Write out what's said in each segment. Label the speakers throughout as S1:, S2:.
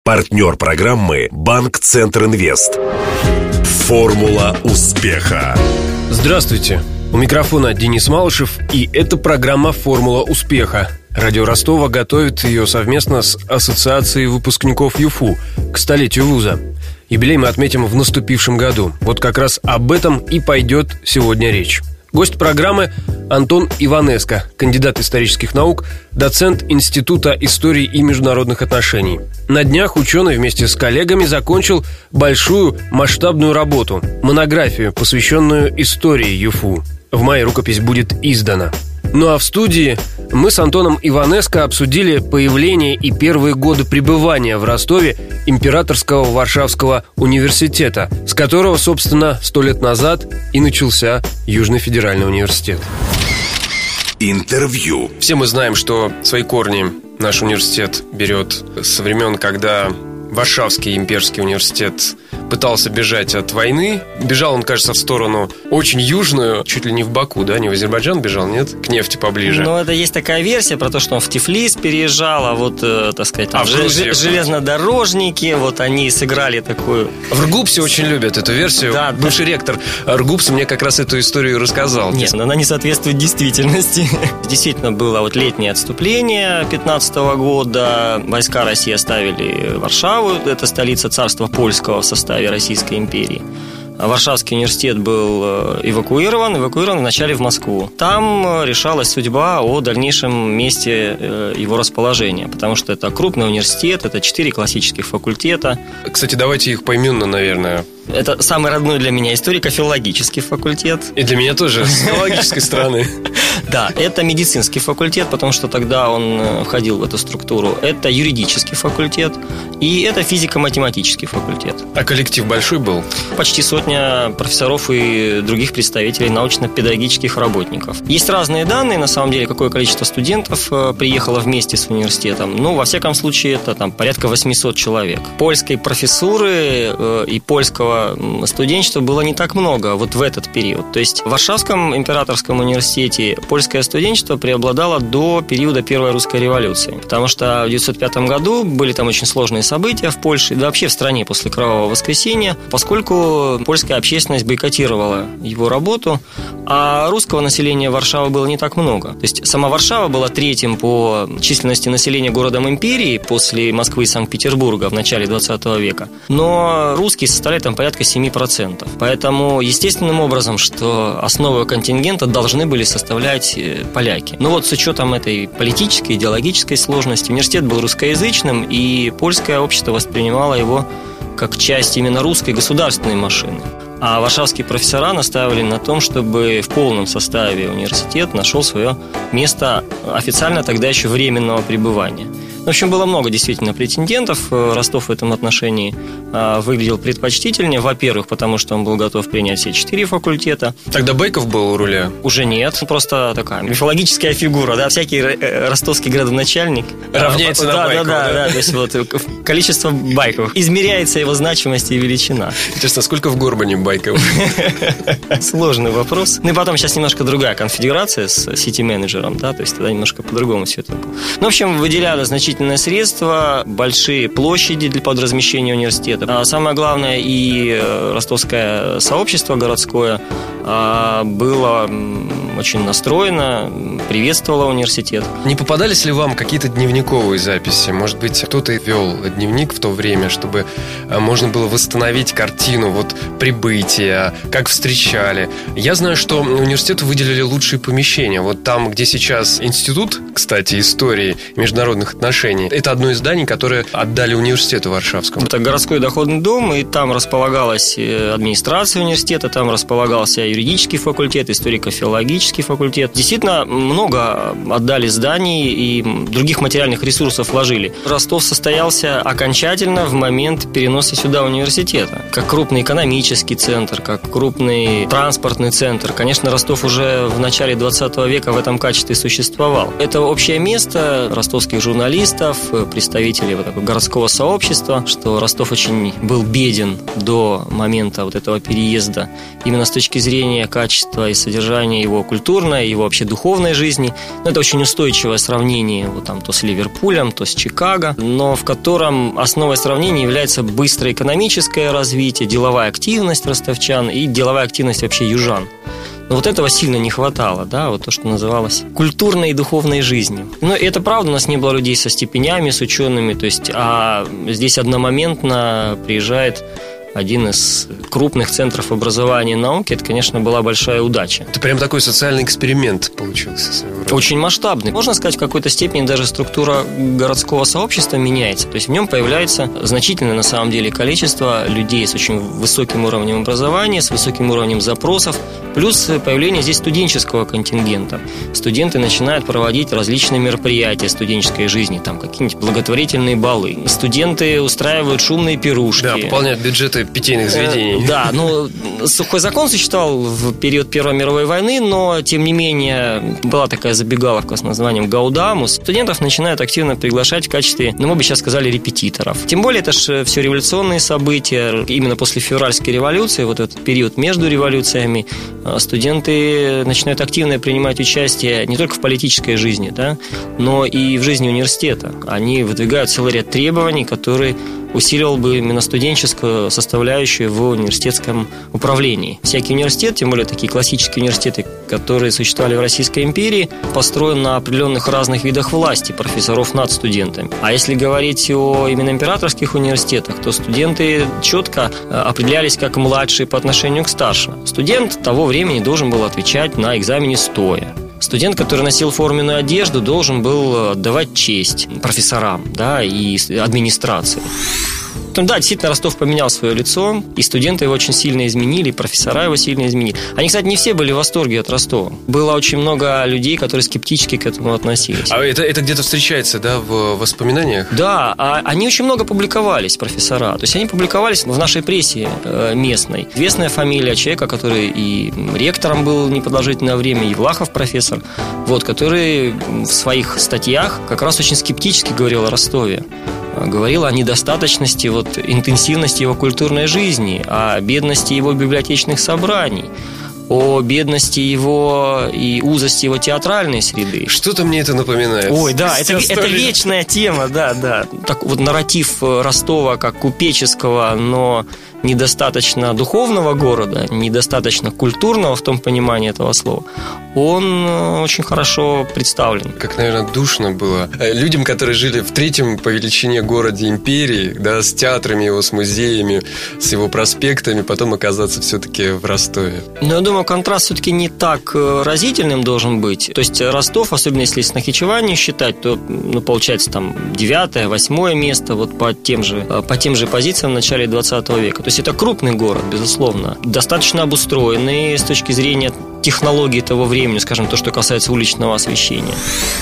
S1: Партнер программы «Банк Центр Инвест». Формула успеха.
S2: Здравствуйте. У микрофона Денис Малышев, и это программа «Формула успеха». Радио Ростова готовит ее совместно с Ассоциацией выпускников ЮФУ к столетию вуза. Юбилей мы отметим в наступившем году. Вот как раз об этом и пойдет сегодня речь. Гость программы Антон Иванеско, кандидат исторических наук, доцент Института истории и международных отношений. На днях ученый вместе с коллегами закончил большую масштабную работу – монографию, посвященную истории ЮФУ. В мае рукопись будет издана. Ну а в студии мы с Антоном Иванеско обсудили появление и первые годы пребывания в Ростове Императорского Варшавского университета, с которого, собственно, 100 лет назад и начался Южный федеральный университет.
S1: Интервью.
S2: Все мы знаем, что свои корни наш университет берет со времен, когда Варшавский имперский университет пытался бежать от войны. Бежал он, кажется, в сторону очень южную, чуть ли не в Баку, да? Не в Азербайджан бежал, нет? К нефти поближе.
S3: Ну, это есть такая версия про то, что он в Тифлис переезжал, а вот, так сказать, там железнодорожники, вот они сыграли такую...
S2: В РГУПСе очень любят эту версию. Да, бывший ректор РГУПСа мне как раз эту историю рассказал.
S3: Нет, она не соответствует действительности. Действительно, было вот летнее отступление 15 года. Войска России оставили Варшаву, это столица царства польского в составе Российской империи. Варшавский университет был эвакуирован вначале в Москву. Там решалась судьба о дальнейшем месте его расположения, потому что это крупный университет, это 4 классических факультета.
S2: Кстати, давайте их поименно, наверное.
S3: Это самый родной для меня историко-филологический факультет.
S2: И для меня тоже, с филологической стороны.
S3: Да, это медицинский факультет, потому что тогда он входил в эту структуру. Это юридический факультет. И это физико-математический факультет.
S2: А коллектив большой был?
S3: Почти сотня профессоров и других представителей научно-педагогических работников. Есть разные данные, на самом деле, какое количество студентов приехало вместе с университетом. Ну, во всяком случае, это там порядка 800 человек. Польской профессуры и польского студенчества было не так много вот в этот период. То есть в Варшавском императорском университете польское студенчество преобладало до периода Первой русской революции. Потому что в 1905 году были там очень сложные события в Польше, да вообще в стране после Кровавого воскресенья, поскольку польская общественность бойкотировала его работу, а русского населения Варшавы было не так много. То есть сама Варшава была третьим по численности населения городом империи после Москвы и Санкт-Петербурга в начале 20 века. Но русские составляют там порядка 7%. Поэтому естественным образом, что основу контингента должны были составлять поляки. Но вот с учетом этой политической, идеологической сложности, университет был русскоязычным, и польское общество воспринимало его как часть именно русской государственной машины. А варшавские профессора настаивали на том, чтобы в полном составе университет нашел свое место официально тогда еще временного пребывания. В общем, было много действительно претендентов. Ростов в этом отношении выглядел предпочтительнее. Во-первых, потому что он был готов принять все 4 факультета.
S2: Тогда Байков был у руля?
S3: Уже нет. Просто такая мифологическая фигура, да, всякий ростовский градоначальник
S2: равняется на Байкова.
S3: Да. То есть вот количество Байков измеряется его значимость и величина.
S2: Интересно, сколько в Горбане Байков?
S3: Сложный вопрос. Ну и потом сейчас немножко другая конфедерация с сити-менеджером, да, то есть тогда немножко по-другому все это было. Ну, в общем, выделяли значительные средства, большие площади под размещение университета. А самое главное, и ростовское сообщество городское было очень настроено, приветствовало университет.
S2: Не попадались ли вам какие-то дневниковые записи? Может быть, кто-то вел дневник в то время, чтобы можно было восстановить картину вот прибытия, как встречали. Я знаю, что университету выделили лучшие помещения. Вот там, где сейчас институт, кстати, истории и международных отношений, это одно из зданий, которое отдали университету Варшавскому.
S3: Это городской доходный дом, и там располагалась администрация университета, там располагался юридический факультет, историко-филологический факультет. Действительно, много отдали зданий и других материальных ресурсов вложили. Ростов состоялся окончательно в момент переноса сюда университета. Как крупный экономический центр, как крупный транспортный центр. Конечно, Ростов уже в начале 20 века в этом качестве существовал. Это общее место ростовских журналистов, представителей вот такого городского сообщества, что Ростов очень был беден до момента вот этого переезда. Именно с точки зрения качества и содержания его культурной, его вообще духовной жизни. Это очень устойчивое сравнение вот там то с Ливерпулем, то с Чикаго, но в котором основой сравнения является быстрое экономическое развитие, деловая активность ростовчан и деловая активность вообще южан. Но вот этого сильно не хватало, да, вот то, что называлось культурной и духовной жизнью. Но это правда, у нас не было людей со степенями, с учеными, то есть, а здесь одномоментно приезжает один из крупных центров образования и науки. Это, конечно, была большая удача.
S2: Это прям такой социальный эксперимент получился своего рода.
S3: Очень масштабный. Можно сказать, в какой-то степени даже структура городского сообщества меняется. То есть в нем появляется значительное, на самом деле, количество людей с очень высоким уровнем образования, с высоким уровнем запросов, плюс появление здесь студенческого контингента. Студенты начинают проводить различные мероприятия студенческой жизни, там какие-нибудь благотворительные балы. Студенты устраивают шумные пирушки.
S2: Да, пополняют бюджеты питейных заведений.
S3: Да, ну, сухой закон существовал в период Первой мировой войны, но, тем не менее, была такая забегаловка с названием «Гаудамус». Студентов начинают активно приглашать в качестве, мы бы сейчас сказали, репетиторов. Тем более, это же все революционные события. Именно после февральской революции, вот этот период между революциями, студенты начинают активно принимать участие не только в политической жизни, да, но и в жизни университета. Они выдвигают целый ряд требований, которые усиливал бы именно студенческую составляющую в университетском управлении. Всякий университет, тем более такие классические университеты, которые существовали в Российской империи, построен на определенных разных видах власти профессоров над студентами. А если говорить о именно императорских университетах, то студенты четко определялись как младшие по отношению к старшим. Студент того времени должен был отвечать на экзамене стоя. Студент, который носил форменную одежду, должен был отдавать честь профессорам, да, и администрации. Да, действительно, Ростов поменял свое лицо, и студенты его очень сильно изменили, и профессора его сильно изменили. Они, кстати, не все были в восторге от Ростова. Было очень много людей, которые скептически к этому относились.
S2: А это где-то встречается, да, в воспоминаниях?
S3: Да, они очень много публиковались, профессора. То есть они публиковались в нашей прессе местной. Известная фамилия человека, который и ректором был непродолжительное время, Евлахов профессор, вот, который в своих статьях как раз очень скептически говорил о Ростове. Говорил о недостаточности, интенсивности его культурной жизни, о бедности его библиотечных собраний, о бедности его и узости его театральной среды.
S2: Что-то мне это напоминает.
S3: Ой, да, это вечная тема, да. Так вот, нарратив Ростова как купеческого, но недостаточно духовного города, недостаточно культурного в том понимании этого слова, он очень хорошо представлен.
S2: Как, наверное, душно было людям, которые жили в третьем по величине городе империи, да, с театрами его, с музеями, с его проспектами, потом оказаться все-таки в Ростове.
S3: Но я думаю, контраст все-таки не так разительным должен быть. То есть Ростов, особенно если с Нахичевани считать, то получается там 9-е, 8-е место вот по тем же позициям в начале 20 века. То есть это крупный город, безусловно, достаточно обустроенный с точки зрения технологий того времени, скажем, то, что касается уличного освещения.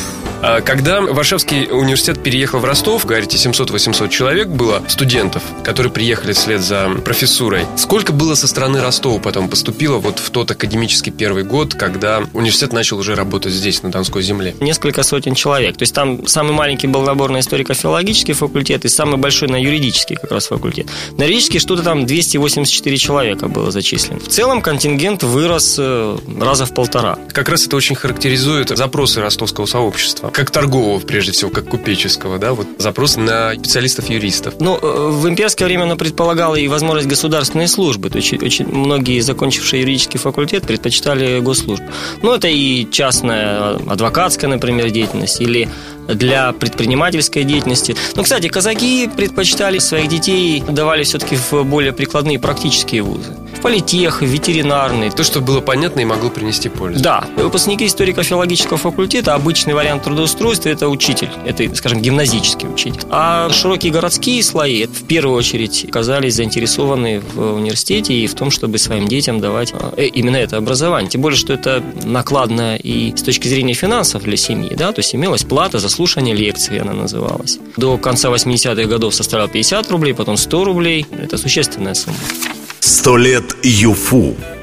S2: Когда Варшавский университет переехал в Ростов, говорите, 700-800 человек было студентов, которые приехали вслед за профессурой. Сколько было со стороны Ростова потом поступило вот в тот академический первый год, когда университет начал уже работать здесь, на Донской земле?
S3: Несколько сотен человек. То есть там самый маленький был набор на историко-филологический факультет и самый большой на юридический как раз факультет. На юридический что-то там 284 человека было зачислено. В целом контингент вырос раза в 1,5.
S2: Как раз это очень характеризует запросы ростовского сообщества. Как торгового, прежде всего, как купеческого, да, вот запросы на специалистов-юристов.
S3: В имперское время оно предполагало и возможность государственной службы. То есть очень многие, закончившие юридический факультет, предпочитали госслужбу. Это и частная адвокатская, например, деятельность, или для предпринимательской деятельности. Кстати, казаки предпочитали своих детей, давали все-таки в более прикладные практические вузы. В политех, в ветеринарный.
S2: То, что было понятно и могло принести пользу.
S3: Да. Выпускники историко-филологического факультета, обычный вариант трудоустройства – это учитель. Это, скажем, гимназический учитель. А широкие городские слои, в первую очередь, оказались заинтересованы в университете и в том, чтобы своим детям давать именно это образование. Тем более, что это накладно и с точки зрения финансов для семьи. Да? То есть имелась плата за слушание лекций, она называлась. До конца 80-х годов составляла 50 рублей, потом 100 рублей. Это существенная сумма.
S1: 100 лет ЮФУ.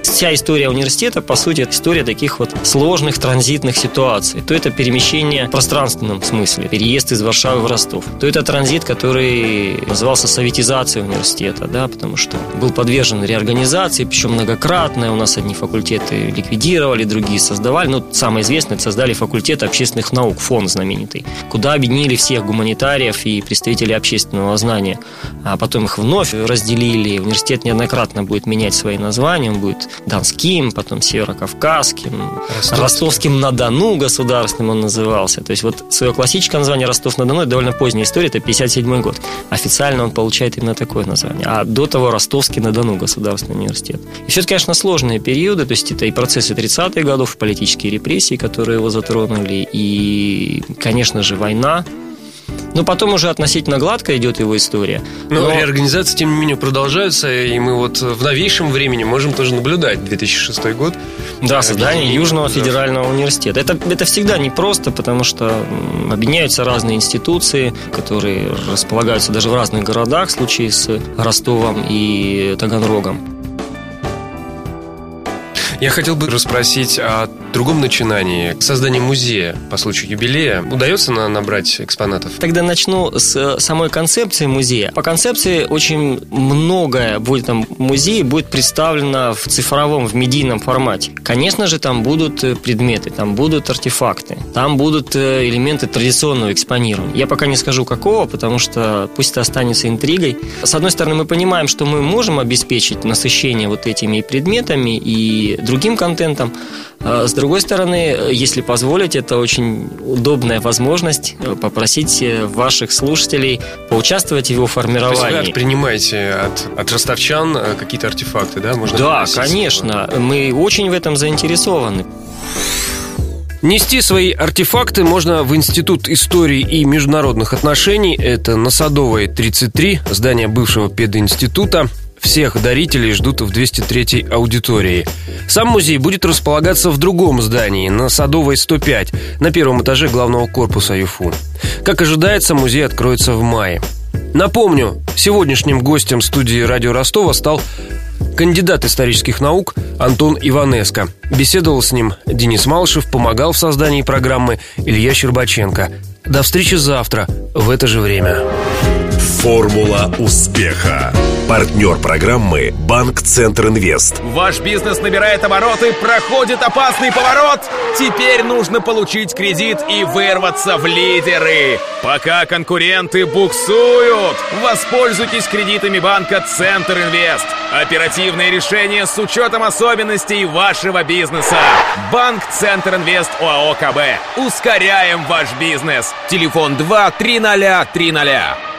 S3: Вся история университета, по сути, это история таких вот сложных транзитных ситуаций. То это перемещение в пространственном смысле, переезд из Варшавы в Ростов. То это транзит, который назывался советизацией университета, да, потому что был подвержен реорганизации, причем многократной. У нас одни факультеты ликвидировали, другие создавали. Ну, самое известное, это создали факультет общественных наук, ФОН знаменитый, куда объединили всех гуманитариев и представителей общественного знания. А потом их вновь разделили. Университет неоднократно будет менять свои названия. Он будет Донским, потом Северокавказским, Ростовским-на-Дону государственным он назывался. То есть вот свое классическое название Ростов-на-Дону — это довольно поздняя история, это 57 год. Официально он получает именно такое название. А до того Ростовский-на-Дону государственный университет. И все это, конечно, сложные периоды, то есть это и процессы 30-х годов, политические репрессии, которые его затронули, и, конечно же, война. Но потом уже относительно гладко идет его история.
S2: Но реорганизации, тем не менее, продолжаются, и мы вот в новейшем времени можем тоже наблюдать 2006 год.
S3: Да, создание Южного федерального университета. Это всегда непросто, потому что объединяются разные институции, которые располагаются даже в разных городах, в случае с Ростовом и Таганрогом.
S2: Я хотел бы расспросить о другом начинании. Создание музея по случаю юбилея. Удается набрать экспонатов?
S3: Тогда начну с самой концепции музея. По концепции очень многое в этом музее будет представлено в цифровом, в медийном формате. Конечно же, там будут предметы, там будут артефакты, там будут элементы традиционного экспонирования. Я пока не скажу какого, потому что пусть это останется интригой. С одной стороны, мы понимаем, что мы можем обеспечить насыщение вот этими предметами и другим контентом. С другой стороны, если позволить, это очень удобная возможность попросить ваших слушателей поучаствовать в его формировании.
S2: То есть вы принимаете от ростовчан какие-то артефакты, да? Можно
S3: да, конечно. Мы очень в этом заинтересованы.
S2: Нести свои артефакты можно в Институт истории и международных отношений. Это на Садовой, 33, здание бывшего пединститута. Всех дарителей ждут в 203-й аудитории. Сам музей будет располагаться в другом здании, на Садовой, 105, на первом этаже главного корпуса ЮФУ. Как ожидается, музей откроется в мае. Напомню, сегодняшним гостем студии «Радио Ростова» стал кандидат исторических наук Антон Иванеско. Беседовал с ним Денис Малышев, помогал в создании программы Илья Щербаченко. До встречи завтра в это же время.
S1: Формула успеха. Партнер программы «Банк Центр Инвест».
S4: Ваш бизнес набирает обороты, проходит опасный поворот. Теперь нужно получить кредит и вырваться в лидеры. Пока конкуренты буксуют, воспользуйтесь кредитами банка Центр Инвест. Оперативные решения с учетом особенностей вашего бизнеса. Банк Центр Инвест ОАО КБ. Ускоряем ваш бизнес. Телефон 2 300 300.